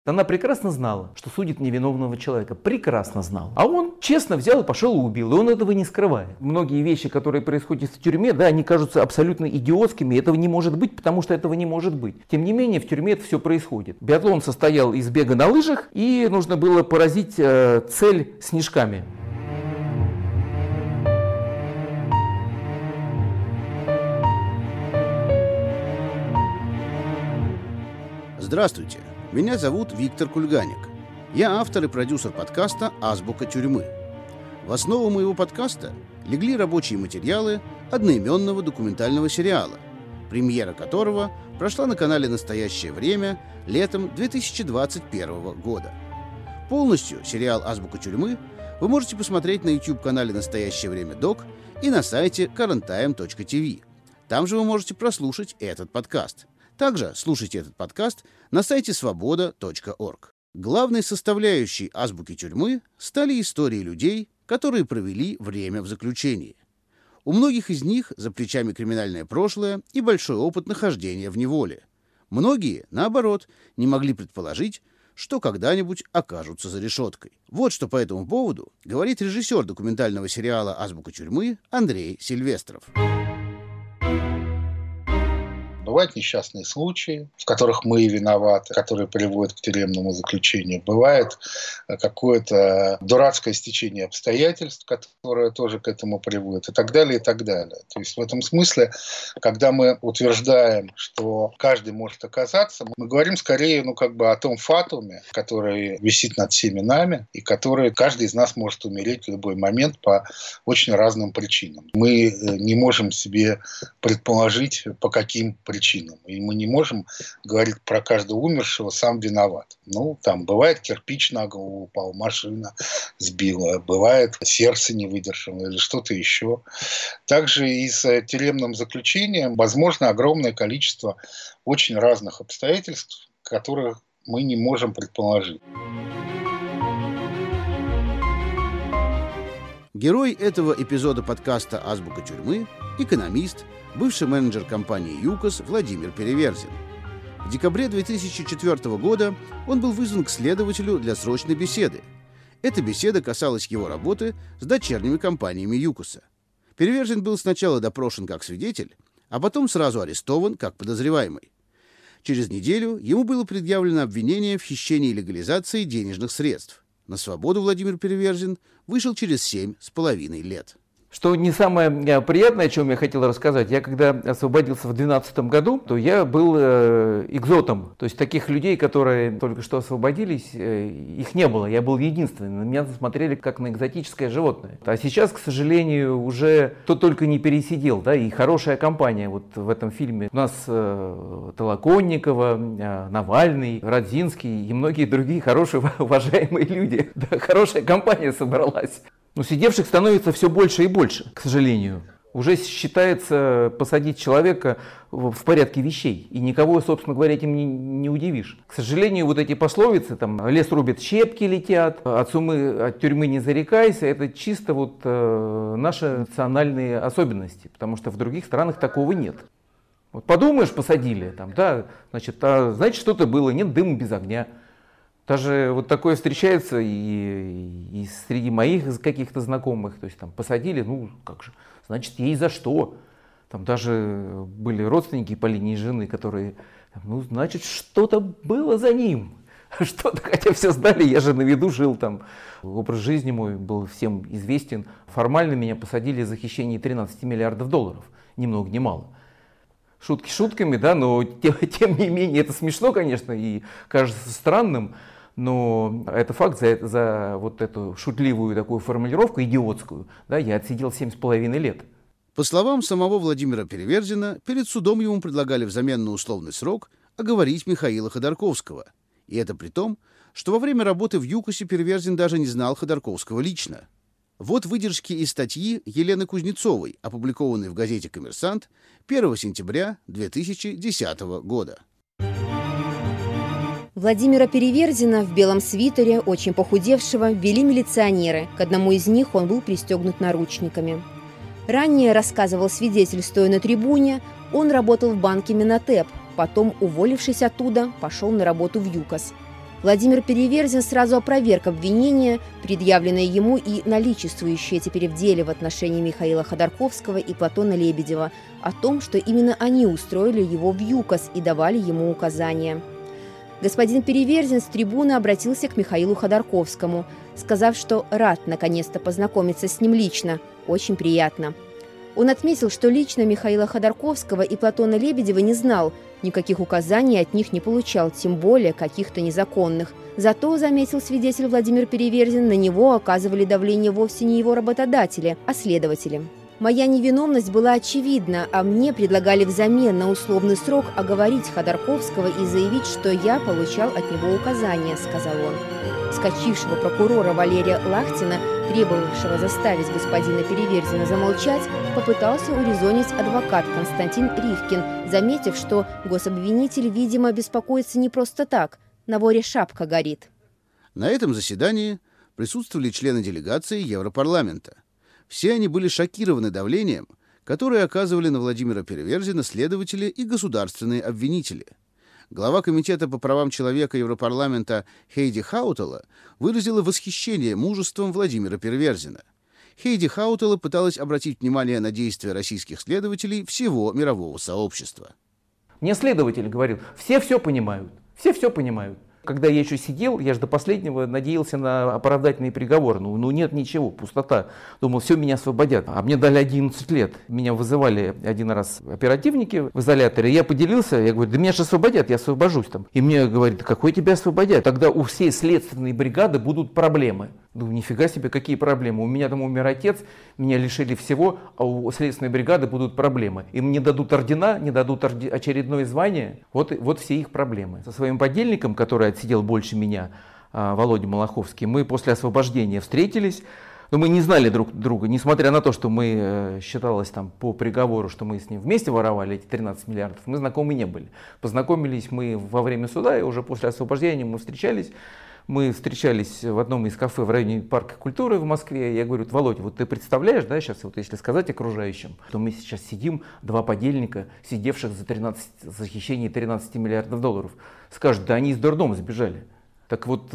Она прекрасно знала, что судит невиновного человека. Прекрасно знала. А он честно взял и пошел и убил. И он этого не скрывает. Многие вещи, которые происходят в тюрьме, да, они кажутся абсолютно идиотскими. Этого не может быть, потому что этого не может быть. Тем не менее, в тюрьме это все происходит. Биатлон состоял из бега на лыжах, и нужно было поразить цель снежками. Здравствуйте, меня зовут Виктор Кульганик. Я автор и продюсер подкаста «Азбука тюрьмы». В основу моего подкаста легли рабочие материалы одноименного документального сериала, премьера которого прошла на канале «Настоящее время» летом 2021 года. Полностью сериал «Азбука тюрьмы» вы можете посмотреть на YouTube-канале «Настоящее время Док» и на сайте currenttime.tv. Там же вы можете прослушать этот подкаст. Также слушайте этот подкаст на сайте svoboda.org. Главной составляющей азбуки тюрьмы стали истории людей, которые провели время в заключении. У многих из них за плечами криминальное прошлое и большой опыт нахождения в неволе. Многие, наоборот, не могли предположить, что когда-нибудь окажутся за решеткой. Вот что по этому поводу говорит режиссер документального сериала «Азбука тюрьмы» Андрей Сильвестров. Бывают несчастные случаи, в которых мы виноваты, которые приводят к тюремному заключению. Бывает какое-то дурацкое стечение обстоятельств, которое тоже к этому приводит, и так далее, и так далее. То есть в этом смысле, когда мы утверждаем, что каждый может оказаться, мы говорим скорее о том фатуме, который висит над всеми нами, и который каждый из нас может умереть в любой момент по очень разным причинам. Мы не можем себе предположить, по каким причинам. И мы не можем говорить про каждого умершего, сам виноват. Там бывает кирпич на голову упал, машина сбила, бывает сердце не выдержало или что-то еще. Также и с тюремным заключением возможно огромное количество очень разных обстоятельств, которых мы не можем предположить. Герой этого эпизода подкаста «Азбука тюрьмы» – экономист, бывший менеджер компании «ЮКОС» Владимир Переверзин. В декабре 2004 года он был вызван к следователю для срочной беседы. Эта беседа касалась его работы с дочерними компаниями «ЮКОСа». Переверзин был сначала допрошен как свидетель, а потом сразу арестован как подозреваемый. Через неделю ему было предъявлено обвинение в хищении и легализации денежных средств. На свободу Владимир Переверзин вышел через 7,5 лет. Что не самое приятное, о чем я хотел рассказать, я когда освободился в 2012 году, то я был экзотом. То есть таких людей, которые только что освободились, их не было. Я был единственным. На меня смотрели как на экзотическое животное. А сейчас, к сожалению, уже кто только не пересидел. Да, и хорошая компания вот в этом фильме. У нас Толоконникова, Навальный, Радзинский и многие другие хорошие, уважаемые люди. Да, хорошая компания собралась. Но сидевших становится все больше и больше, к сожалению. Уже считается посадить человека в порядке вещей. И никого, собственно говоря, этим не удивишь. К сожалению, вот эти пословицы, лес рубит, щепки летят, от тюрьмы не зарекайся, это чисто наши национальные особенности. Потому что в других странах такого нет. Вот подумаешь, посадили, значит что-то было, нет дыма без огня. Даже вот такое встречается и среди моих каких-то знакомых. То есть посадили, значит, ей за что. Там даже были родственники по линии жены, которые, значит, что-то было за ним. Что-то, хотя все знали, я же на виду жил там. Образ жизни мой был всем известен. Формально меня посадили за хищение 13 миллиардов долларов. Ни много ни мало. Шутки шутками, да, но тем не менее, это смешно, конечно, и кажется странным. Но это факт, за вот эту шутливую такую формулировку, идиотскую, да, я отсидел 7,5 лет. По словам самого Владимира Переверзина, перед судом ему предлагали взамен на условный срок оговорить Михаила Ходорковского. И это при том, что во время работы в ЮКОСе Переверзин даже не знал Ходорковского лично. Вот выдержки из статьи Елены Кузнецовой, опубликованной в газете «Коммерсант» 1 сентября 2010 года. Владимира Переверзина в белом свитере, очень похудевшего, ввели милиционеры. К одному из них он был пристегнут наручниками. Ранее, рассказывал свидетель, стоя на трибуне, он работал в банке Минотеп. Потом, уволившись оттуда, пошел на работу в ЮКОС. Владимир Переверзин сразу опроверг обвинения, предъявленные ему и наличествующие теперь в деле в отношении Михаила Ходорковского и Платона Лебедева, о том, что именно они устроили его в ЮКОС и давали ему указания. Господин Переверзин с трибуны обратился к Михаилу Ходорковскому, сказав, что рад наконец-то познакомиться с ним лично, очень приятно. Он отметил, что лично Михаила Ходорковского и Платона Лебедева не знал, никаких указаний от них не получал, тем более каких-то незаконных. Зато, заметил свидетель Владимир Переверзин, на него оказывали давление вовсе не его работодатели, а следователи. «Моя невиновность была очевидна, а мне предлагали взамен на условный срок оговорить Ходорковского и заявить, что я получал от него указания», — сказал он. Вскочившего прокурора Валерия Лахтина, требовавшего заставить господина Переверзина замолчать, попытался урезонить адвокат Константин Ривкин, заметив, что гособвинитель, видимо, беспокоится не просто так, на воре шапка горит. На этом заседании присутствовали члены делегации Европарламента. Все они были шокированы давлением, которое оказывали на Владимира Переверзина следователи и государственные обвинители. Глава Комитета по правам человека Европарламента Хейди Хаутала выразила восхищение мужеством Владимира Переверзина. Хейди Хаутала пыталась обратить внимание на действия российских следователей всего мирового сообщества. Мне следователь говорил, все понимают, все понимают. Когда я еще сидел, я же до последнего надеялся на оправдательный приговор. Ну нет ничего, пустота. Думал, все, меня освободят. А мне дали 11 лет. Меня вызывали один раз оперативники в изоляторе. Я поделился, я говорю, да меня же освободят, я освобожусь там. И мне говорят, какой тебя освободят? Тогда у всей следственной бригады будут проблемы. Думаю, нифига себе, какие проблемы. У меня там умер отец, меня лишили всего, а у следственной бригады будут проблемы. Им не дадут ордена, не дадут очередное звание. Вот все их проблемы. Со своим подельником, который отсидел больше меня, Володя Малаховский, мы после освобождения встретились. Но мы не знали друг друга, несмотря на то, что мы, считалось там по приговору, что мы с ним вместе воровали эти 13 миллиардов, мы знакомы не были. Познакомились мы во время суда, и уже после освобождения мы встречались. Мы встречались в одном из кафе в районе Парка культуры в Москве. Я говорю, Володя, вот ты представляешь, да, сейчас вот если сказать окружающим, то мы сейчас сидим, два подельника, сидевших за хищение 13 миллиардов долларов. Скажут, да они из дурдома сбежали. Так вот,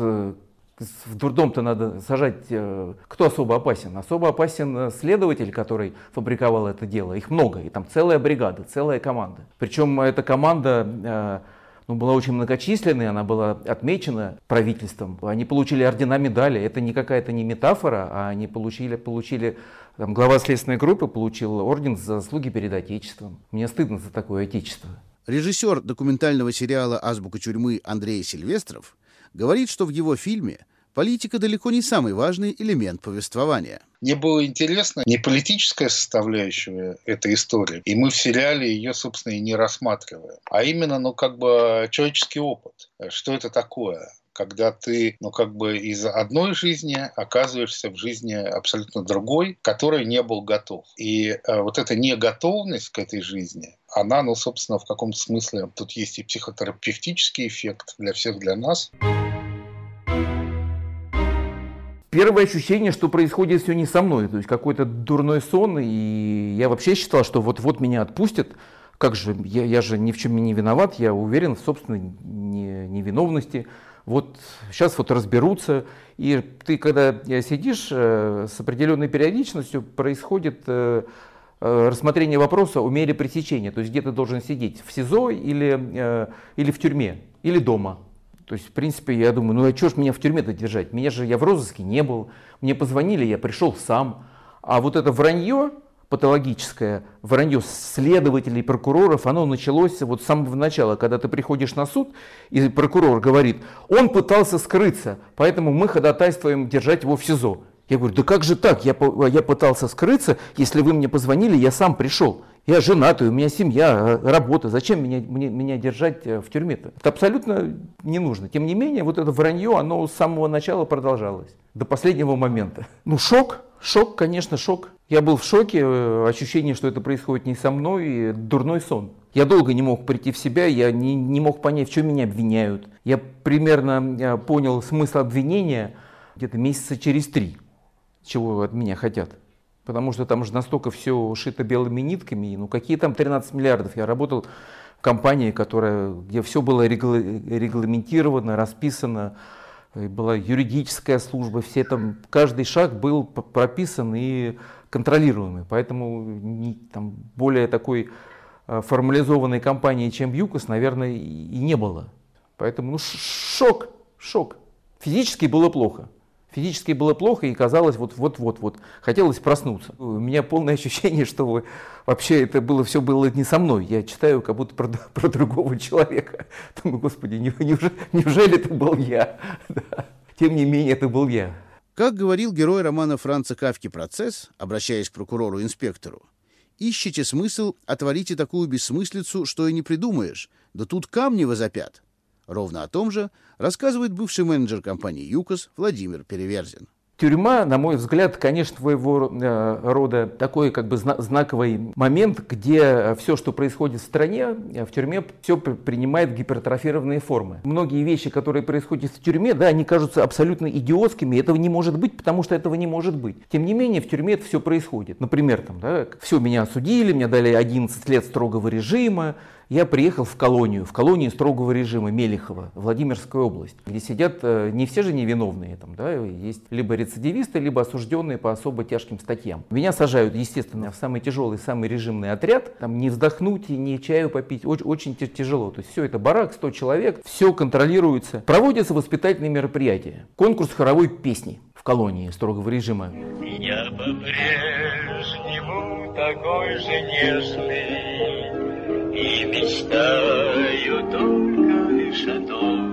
в дурдом-то надо сажать, кто особо опасен? Особо опасен следователь, который фабриковал это дело. Их много, и там целая бригада, целая команда. Причем эта команда была очень многочисленной, она была отмечена правительством. Они получили ордена, медали. Это не какая-то не метафора, а они получили там, глава следственной группы получил орден за заслуги перед Отечеством. Мне стыдно за такое Отечество. Режиссер документального сериала «Азбука тюрьмы» Андрей Сильвестров говорит, что в его фильме политика далеко не самый важный элемент повествования. Мне было интересно не политическая составляющая этой истории, и мы в сериале ее, собственно, и не рассматриваем, а именно, человеческий опыт. Что это такое? Когда ты, из одной жизни оказываешься в жизни абсолютно другой, которой не был готов. И вот эта неготовность к этой жизни, она, собственно, в каком-то смысле, тут есть и психотерапевтический эффект для всех, для нас. Первое ощущение, что происходит все не со мной, то есть какой-то дурной сон, и я вообще считал, что вот меня отпустят. Как же, я же ни в чем не виноват, я уверен в собственной невиновности. Вот сейчас разберутся. И ты, когда сидишь, с определенной периодичностью происходит рассмотрение вопроса о мере пресечения. То есть где ты должен сидеть, в СИЗО или в тюрьме, или дома. То есть, в принципе, я думаю, а что ж меня в тюрьме-то держать? Я в розыске не был, мне позвонили, я пришел сам. А вот это вранье, патологическое вранье следователей, прокуроров, оно началось с самого начала, когда ты приходишь на суд, и прокурор говорит, он пытался скрыться, поэтому мы ходатайствуем держать его в СИЗО. Я говорю, да как же так, я пытался скрыться, если вы мне позвонили, я сам пришел. Я женатый, у меня семья, работа. Зачем меня держать в тюрьме-то? Это абсолютно не нужно. Тем не менее, вот это вранье, оно с самого начала продолжалось. До последнего момента. Шок, конечно, шок. Я был в шоке, ощущение, что это происходит не со мной, дурной сон. Я долго не мог прийти в себя, я не мог понять, в чем меня обвиняют. Я примерно понял смысл обвинения где-то месяца через 3, чего от меня хотят. Потому что там же настолько все шито белыми нитками. Какие там 13 миллиардов? Я работал в компания, где все было регламентировано, расписано, была юридическая служба, каждый шаг был прописан и контролируемый. Поэтому более такой формализованной компании, чем ЮКОС, наверное, и не было. Поэтому шок. Физически было плохо. И казалось, вот, хотелось проснуться. У меня полное ощущение, что вообще все было не со мной. Я читаю как будто про другого человека. Думаю, господи, неужели это был я? Да. Тем не менее, это был я. Как говорил герой романа Франца Кафки «Процесс», обращаясь к прокурору-инспектору, «Ищете смысл, отворите такую бессмыслицу, что и не придумаешь, да тут камни возопят». Ровно о том же рассказывает бывший менеджер компании ЮКОС Владимир Переверзин. Тюрьма, на мой взгляд, конечно, своего рода такой знаковый момент, где все, что происходит в стране, в тюрьме все принимает гипертрофированные формы. Многие вещи, которые происходят в тюрьме, да, они кажутся абсолютно идиотскими, этого не может быть, потому что этого не может быть. Тем не менее, в тюрьме это все происходит. Например, все, меня осудили, мне дали 11 лет строгого режима, я приехал в колонию строгого режима Мелихова, Владимирская область, где сидят не все же невиновные, есть либо рецидивисты, либо осужденные по особо тяжким статьям. Меня сажают, естественно, в самый тяжелый, самый режимный отряд, не вздохнуть и не чаю попить, очень тяжело. То есть все это барак, 100 человек, все контролируется. Проводятся воспитательные мероприятия, конкурс хоровой песни в колонии строгого режима. Я по-прежнему такой же нежный, и мечтаю только лишь о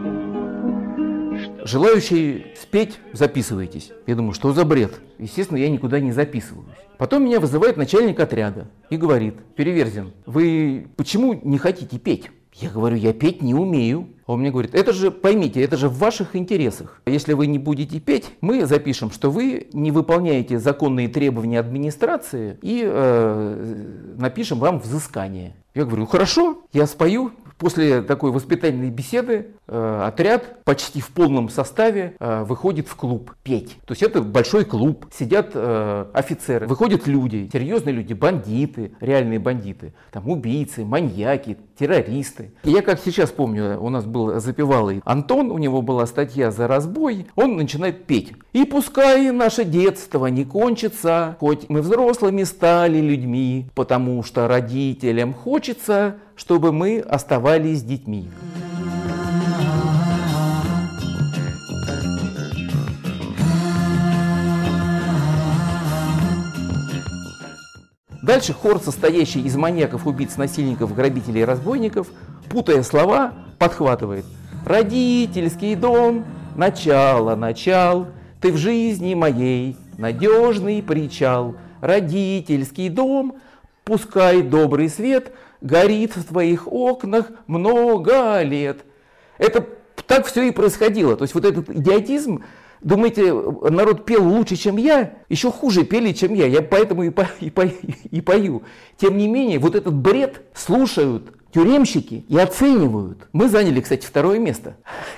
том, что... Желающие спеть, записывайтесь. Я думаю, что за бред? Естественно, я никуда не записываюсь. Потом меня вызывает начальник отряда и говорит: Переверзин, вы почему не хотите петь? Я говорю, я петь не умею. А он мне говорит, поймите, это же в ваших интересах. Если вы не будете петь, мы запишем, что вы не выполняете законные требования администрации и напишем вам взыскание. Я говорю, хорошо, я спою. После такой воспитательной беседы отряд почти в полном составе выходит в клуб петь. То есть это большой клуб, сидят офицеры, выходят люди, серьезные люди, бандиты, реальные бандиты, убийцы, маньяки, террористы. И я как сейчас помню, у нас был запевалый Антон, у него была статья за разбой, он начинает петь. И пускай наше детство не кончится, хоть мы взрослыми стали людьми, потому что родителям хочется, чтобы мы оставались детьми. Дальше хор, состоящий из маньяков, убийц, насильников, грабителей и разбойников, путая слова, подхватывает: «Родительский дом, начал, ты в жизни моей надежный причал. Родительский дом, пускай добрый свет горит в твоих окнах много лет». Это так все и происходило. То есть вот этот идиотизм, думаете, народ пел лучше, чем я? Еще хуже пели, чем я поэтому и пою. Тем не менее, вот этот бред слушают тюремщики и оценивают. Мы заняли, кстати, 2-е место.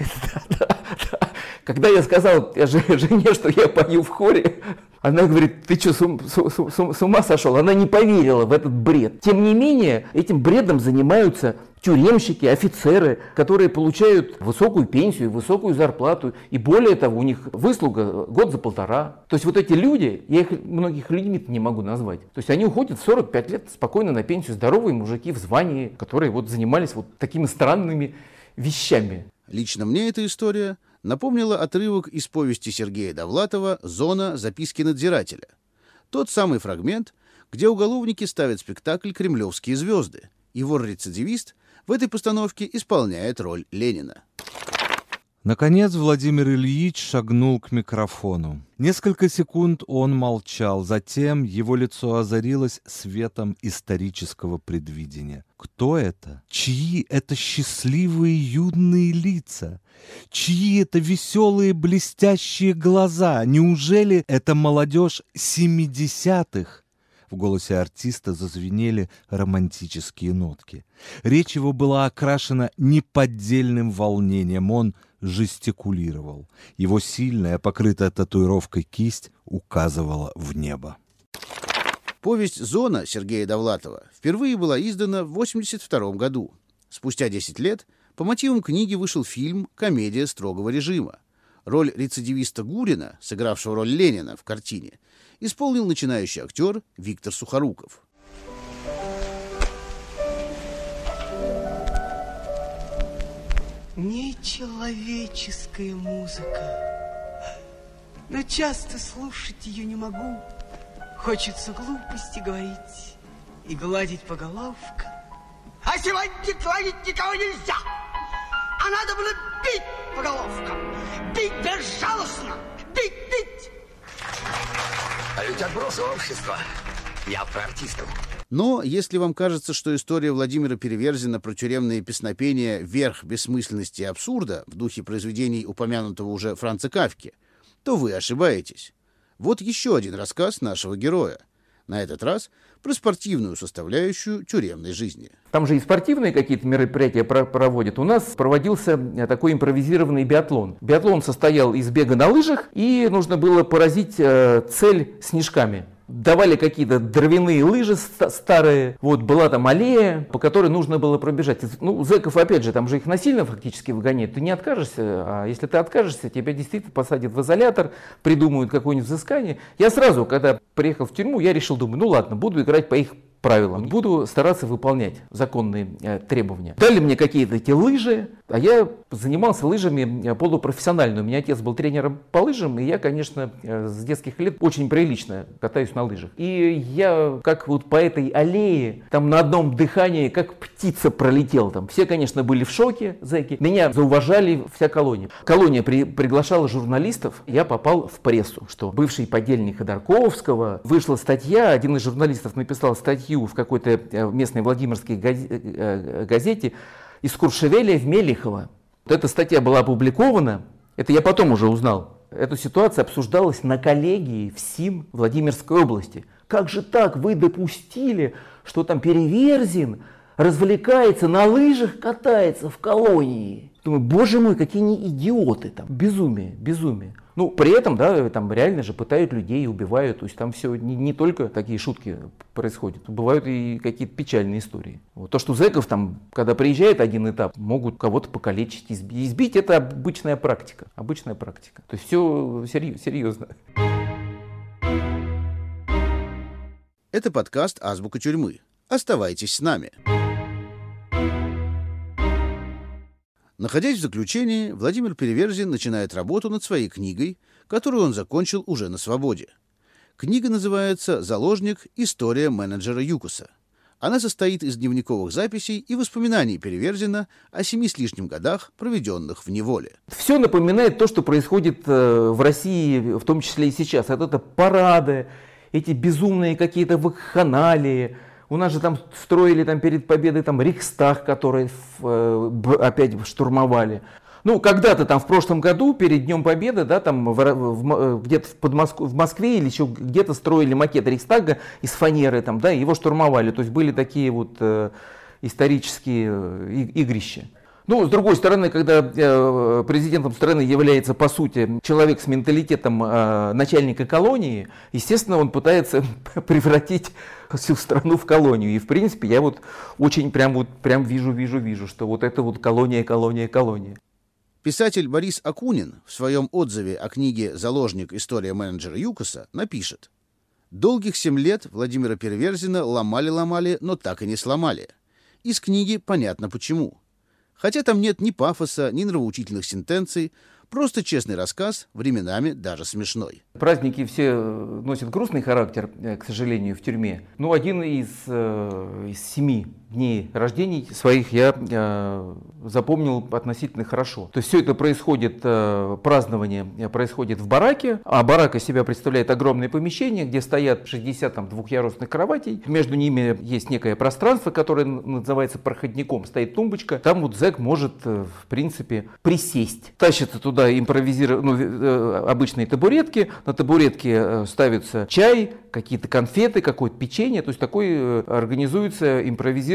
Когда я сказал жене, что я пою в хоре, она говорит, ты что, с ума сошел? Она не поверила в этот бред. Тем не менее, этим бредом занимаются тюремщики, офицеры, которые получают высокую пенсию, высокую зарплату. И более того, у них выслуга год за 1,5. То есть вот эти люди, я их многих людьми не могу назвать. То есть они уходят в 45 лет спокойно на пенсию, здоровые мужики в звании, которые занимались такими странными вещами. Лично мне эта история напомнила отрывок из повести Сергея Довлатова «Зона. Записки надзирателя». Тот самый фрагмент, где уголовники ставят спектакль «Кремлевские звезды», и вор-рецидивист в этой постановке исполняет роль Ленина. Наконец Владимир Ильич шагнул к микрофону. Несколько секунд он молчал, затем его лицо озарилось светом исторического предвидения. Кто это? Чьи это счастливые юные лица? Чьи это веселые блестящие глаза? Неужели это молодежь 70-х? В голосе артиста зазвенели романтические нотки. Речь его была окрашена неподдельным волнением. Он жестикулировал. Его сильная, покрытая татуировкой кисть указывала в небо. Повесть «Зона» Сергея Довлатова впервые была издана в 1982 году. Спустя 10 лет по мотивам книги вышел фильм «Комедия строгого режима». Роль рецидивиста Гурина, сыгравшего роль Ленина в картине, исполнил начинающий актер Виктор Сухоруков. Нечеловеческая музыка, но часто слушать ее не могу. Хочется глупости говорить и гладить по головкам. А сегодня гладить никого нельзя, а надо было бить по головкам, бить безжалостно, бить. А ведь отбросы общества. Я про артистов. Но если вам кажется, что история Владимира Переверзина про тюремные песнопения — верх бессмысленности и абсурда в духе произведений упомянутого уже Франца Кафки, то вы ошибаетесь. Вот еще один рассказ нашего героя. На этот раз про спортивную составляющую тюремной жизни. Там же и спортивные какие-то мероприятия проводят. У нас проводился такой импровизированный биатлон. Биатлон состоял из бега на лыжах, и нужно было поразить цель снежками. Давали какие-то дровяные лыжи старые, вот была там аллея, по которой нужно было пробежать. Ну, зэков, опять же, там же их насильно фактически выгоняют, ты не откажешься, а если ты откажешься, тебя действительно посадят в изолятор, придумают какое-нибудь взыскание. Я сразу, когда приехал в тюрьму, я решил, думаю, ну ладно, буду играть по их правилам, буду стараться выполнять законные требования. Дали мне какие-то эти лыжи, а я занимался лыжами полупрофессионально. У меня отец был тренером по лыжам, и я, конечно, с детских лет очень прилично катаюсь на лыжах. И я, как вот по этой аллее, там на одном дыхании, как птица пролетел там. Все, конечно, были в шоке, зэки. Меня зауважали вся колония. Колония приглашала журналистов, я попал в прессу, что бывший подельник Ходорковского. Вышла статья, один из журналистов написал статью в какой-то местной Владимирской газете из Куршевеля в Мелихово. Вот эта статья была опубликована, это я потом уже узнал. Эта ситуация обсуждалась на коллегии в СИМ Владимирской области. Как же так, вы допустили, что там Переверзин развлекается, на лыжах катается в колонии? Думаю, боже мой, какие они идиоты там, безумие, безумие. Ну, при этом, да, там реально же пытают людей, убивают, то есть там все не только такие шутки происходят, бывают и какие-то печальные истории. Вот. То, что зэков там, когда приезжает один этап, могут кого-то покалечить, избить, это обычная практика, То есть все серьезно. Это подкаст «Азбука тюрьмы». Оставайтесь с нами. Находясь в заключении, Владимир Переверзин начинает работу над своей книгой, которую он закончил уже на свободе. Книга называется «Заложник. История менеджера ЮКОСа». Она состоит из дневниковых записей и воспоминаний Переверзина о 7 с лишним годах, проведенных в неволе. Все напоминает то, что происходит в России, в том числе и сейчас. Это парады, эти безумные какие-то вакханалии. У нас же там строили там, перед победой там, Рейхстаг, который опять штурмовали. Ну, когда-то там в прошлом году, перед Днем Победы, да, там где-то в Москве или еще где-то строили макет Рейхстага из фанеры, там, да, его штурмовали. То есть были такие вот исторические игрища. Ну, с другой стороны, когда президентом страны является, по сути, человек с менталитетом начальника колонии, естественно, он пытается превратить всю страну в колонию. И, в принципе, я вот очень прям вижу, что вот это вот колония. Писатель Борис Акунин в своем отзыве о книге «Заложник. История менеджера ЮКОСа» напишет: «Долгих 7 лет Владимира Переверзина ломали, но так и не сломали. Из книги понятно почему. Хотя там нет ни пафоса, ни нравоучительных сентенций, просто честный рассказ, временами даже смешной». Праздники все носят грустный характер, к сожалению, в тюрьме. Ну, один из 7 дней рождений своих я запомнил относительно хорошо. То есть все это происходит, празднование происходит в бараке, а барак из себя представляет огромное помещение, где стоят 60 там, двухъярусных кроватей. Между ними есть некое пространство, которое называется проходником, стоит тумбочка. Там вот зэк может, в принципе, присесть. Тащится туда обычные табуретки, на табуретке ставится чай, какие-то конфеты, какое-то печенье. То есть такой организуется импровизированный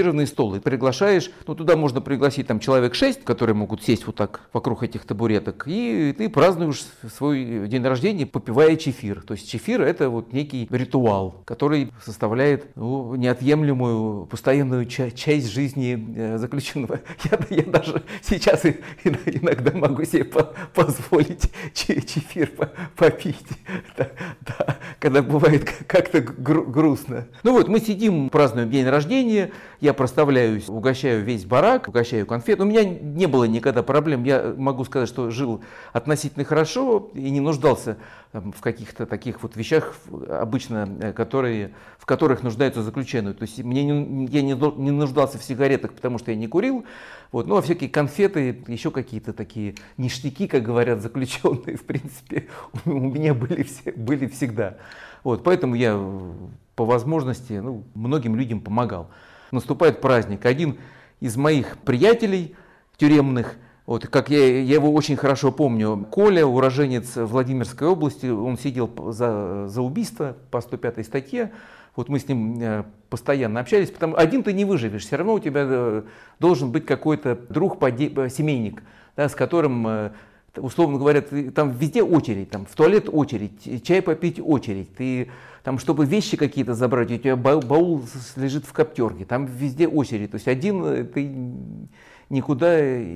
импровизированный стол. И приглашаешь, ну туда можно пригласить там человек 6, которые могут сесть вот так вокруг этих табуреток, и ты празднуешь свой день рождения, попивая чефир. То есть чефир — это вот некий ритуал, который составляет неотъемлемую, постоянную часть жизни заключенного. Я даже сейчас иногда могу себе позволить чефир попить, да, когда бывает как-то грустно. Ну вот, мы сидим, празднуем день рождения, я проставляюсь, угощаю весь барак, угощаю конфет. У меня не было никогда проблем, я могу сказать, что жил относительно хорошо и не нуждался в каких-то таких вот вещах, обычно, в которых нуждаются заключенные. То есть я не нуждался в сигаретах, потому что я не курил, вот, ну а всякие конфеты, еще какие-то такие ништяки, как говорят заключенные, в принципе, у меня были всегда. Вот, поэтому я по возможности многим людям помогал. Наступает праздник. Один из моих приятелей тюремных, вот, как я его очень хорошо помню, Коля, уроженец Владимирской области, он сидел за убийство по 105-й статье. Вот мы с ним постоянно общались, потому что один ты не выживешь, все равно у тебя должен быть какой-то друг, семейник, да, с которым, условно говоря, там везде очередь, там в туалет очередь, чай попить очередь, ты там, чтобы вещи какие-то забрать, у тебя баул лежит в коптерке, там везде очередь, то есть один ты никуда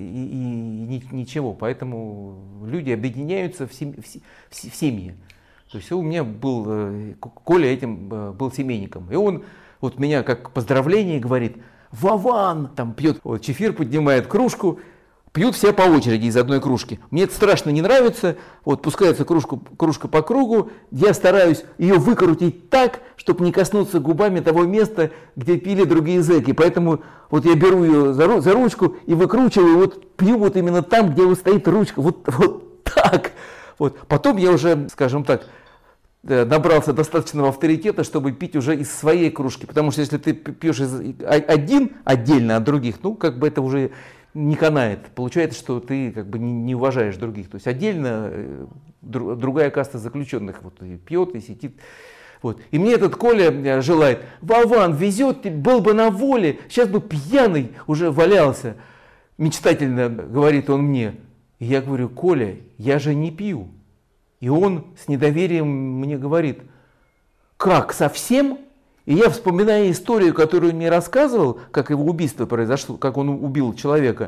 и ничего, поэтому люди объединяются в семьи. То есть у меня был, Коля этим был семейником, и он вот меня как поздравление говорит: Вован, там пьет, вот, чефир, поднимает кружку, пьют все по очереди из одной кружки. Мне это страшно не нравится, вот пускается кружка по кругу, я стараюсь ее выкрутить так, чтобы не коснуться губами того места, где пили другие зэки. Поэтому вот я беру ее за ручку и выкручиваю, вот пью вот именно там, где вот стоит ручка, вот так. Вот. Потом я уже, скажем так, набрался достаточного авторитета, чтобы пить уже из своей кружки. Потому что если ты пьешь один отдельно от других, ну как бы это уже не канает. Получается, что ты как бы не уважаешь других. То есть отдельно другая каста заключенных вот, и пьет, и сидит. Вот. И мне этот Коля желает: Вован, везет, был бы на воле, сейчас бы пьяный уже валялся. Мечтательно говорит он мне. И я говорю: Коля, я же не пью. И он с недоверием мне говорит: как, совсем? И я вспоминаю историю, которую он мне рассказывал, как его убийство произошло, как он убил человека.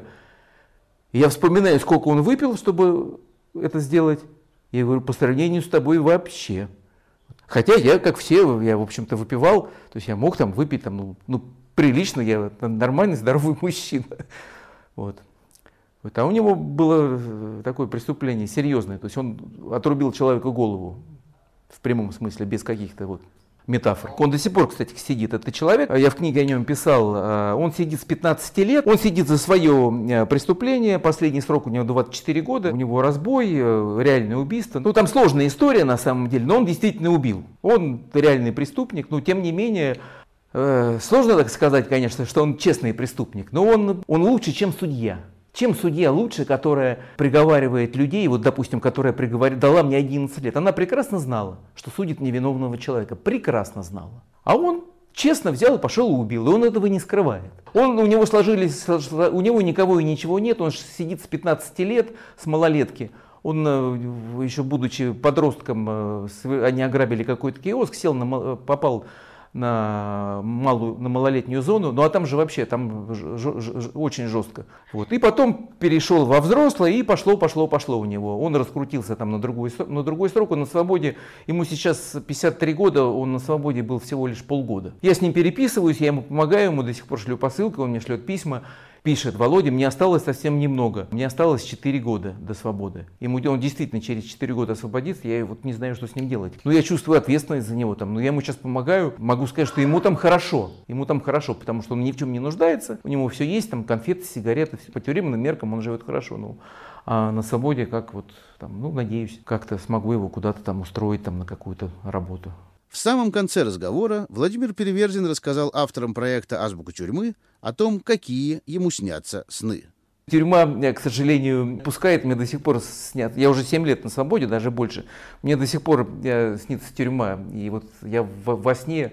И я вспоминаю, сколько он выпил, чтобы это сделать. Я говорю: по сравнению с тобой вообще. Хотя я, как все, я, в общем-то, выпивал, то есть я мог там выпить там, прилично, я нормальный, здоровый мужчина. Вот. А у него было такое преступление серьезное, то есть он отрубил человеку голову, в прямом смысле, без каких-то вот метафор. Он до сих пор, кстати, сидит, этот человек, я в книге о нем писал, он сидит с 15 лет, он сидит за свое преступление, последний срок у него 24 года, у него разбой, реальное убийство. Ну там сложная история на самом деле, но он действительно убил, он реальный преступник, но тем не менее, сложно так сказать, конечно, что он честный преступник, но он лучше, чем судья. Чем судья лучше, которая приговаривает людей, вот, допустим, которая дала мне 11 лет, она прекрасно знала, что судит невиновного человека, прекрасно знала. А он честно взял и пошел и убил, и он этого не скрывает. У него никого и ничего нет, он сидит с 15 лет, с малолетки. Он, еще будучи подростком, они ограбили какой-то киоск, попал на малолетнюю зону, ну а там же вообще там очень жестко. Вот. И потом перешел во взрослое, и пошло у него. Он раскрутился там на другой срок, он на свободе, ему сейчас 53 года, он на свободе был всего лишь полгода. Я с ним переписываюсь, я ему помогаю, ему до сих пор шлю посылку, он мне шлет письма. Пишет: Володя, мне осталось совсем немного, мне осталось 4 года до свободы. Он действительно через 4 года освободится, я вот не знаю, что с ним делать. Но я чувствую ответственность за него, но я ему сейчас помогаю, могу сказать, что ему там хорошо, потому что он ни в чем не нуждается, у него все есть, там конфеты, сигареты, по тюремным меркам он живет хорошо. А на свободе, как вот, надеюсь, как-то смогу его куда-то там устроить на какую-то работу. В самом конце разговора Владимир Переверзин рассказал авторам проекта «Азбука тюрьмы» о том, какие ему снятся сны. Тюрьма, к сожалению, пускает, мне до сих пор снят. Я уже 7 лет на свободе, даже больше. Мне до сих пор снится тюрьма. И вот я во сне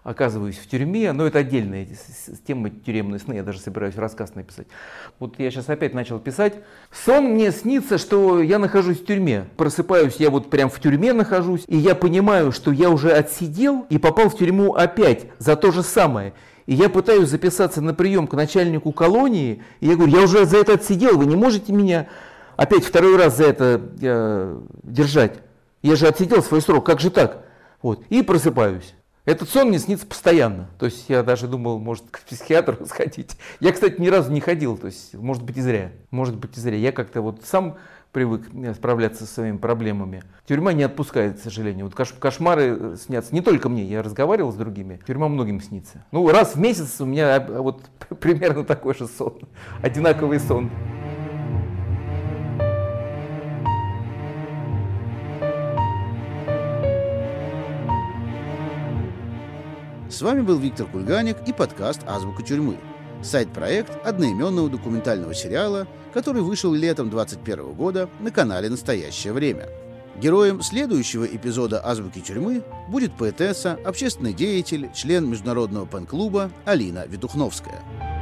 оказываюсь в тюрьме, но это отдельная тема, тюремные сны, я даже собираюсь рассказ написать. Вот я сейчас опять начал писать. Сон мне снится, что я нахожусь в тюрьме. Просыпаюсь, я вот прям в тюрьме нахожусь, и я понимаю, что я уже отсидел и попал в тюрьму опять за то же самое. И я пытаюсь записаться на прием к начальнику колонии, и я говорю, я уже за это отсидел, вы не можете меня опять второй раз за это держать. Я же отсидел свой срок, как же так? Вот. И просыпаюсь. Этот сон мне снится постоянно. То есть я даже думал, может, к психиатру сходить. Я, кстати, ни разу не ходил, то есть, может быть, и зря. Может быть, и зря. Я как-то вот сам привык справляться со своими проблемами. Тюрьма не отпускает, к сожалению. Вот кошмары снятся не только мне, я разговаривал с другими. Тюрьма многим снится. Ну, раз в месяц у меня вот примерно такой же сон. Одинаковый сон. С вами был Виктор Кульганик и подкаст «Азбука тюрьмы». Сайт-проект одноименного документального сериала, который вышел летом 2021 года на канале «Настоящее время». Героем следующего эпизода «Азбуки тюрьмы» будет поэтесса, общественный деятель, член международного пен-клуба Алина Ветухновская.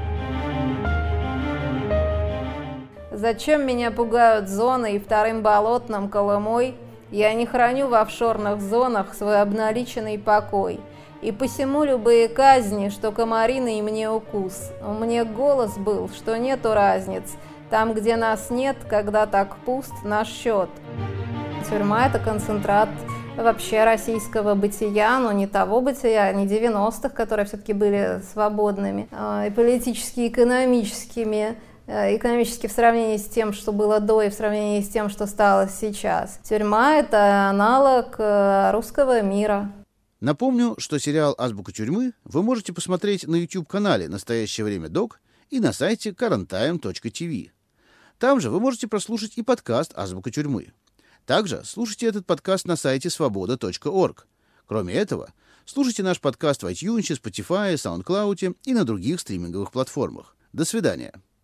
Зачем меня пугают зоны и вторым болотным Колымой? Я не храню в офшорных зонах свой обналиченный покой. И посему любые казни, что комарины и мне укус. Мне голос был, что нету разниц. Там, где нас нет, когда так пуст наш счет. Тюрьма – это концентрат вообще российского бытия, но не того бытия, не 90-х, которые все-таки были свободными, и политически, и экономическими. Экономически в сравнении с тем, что было до, и в сравнении с тем, что стало сейчас. Тюрьма – это аналог русского мира. Напомню, что сериал «Азбука тюрьмы» вы можете посмотреть на YouTube-канале «Настоящее время Док» и на сайте quarantime.tv. Там же вы можете прослушать и подкаст «Азбука тюрьмы». Также слушайте этот подкаст на сайте svoboda.org. Кроме этого, слушайте наш подкаст в iTunes, Spotify, SoundCloud и на других стриминговых платформах. До свидания.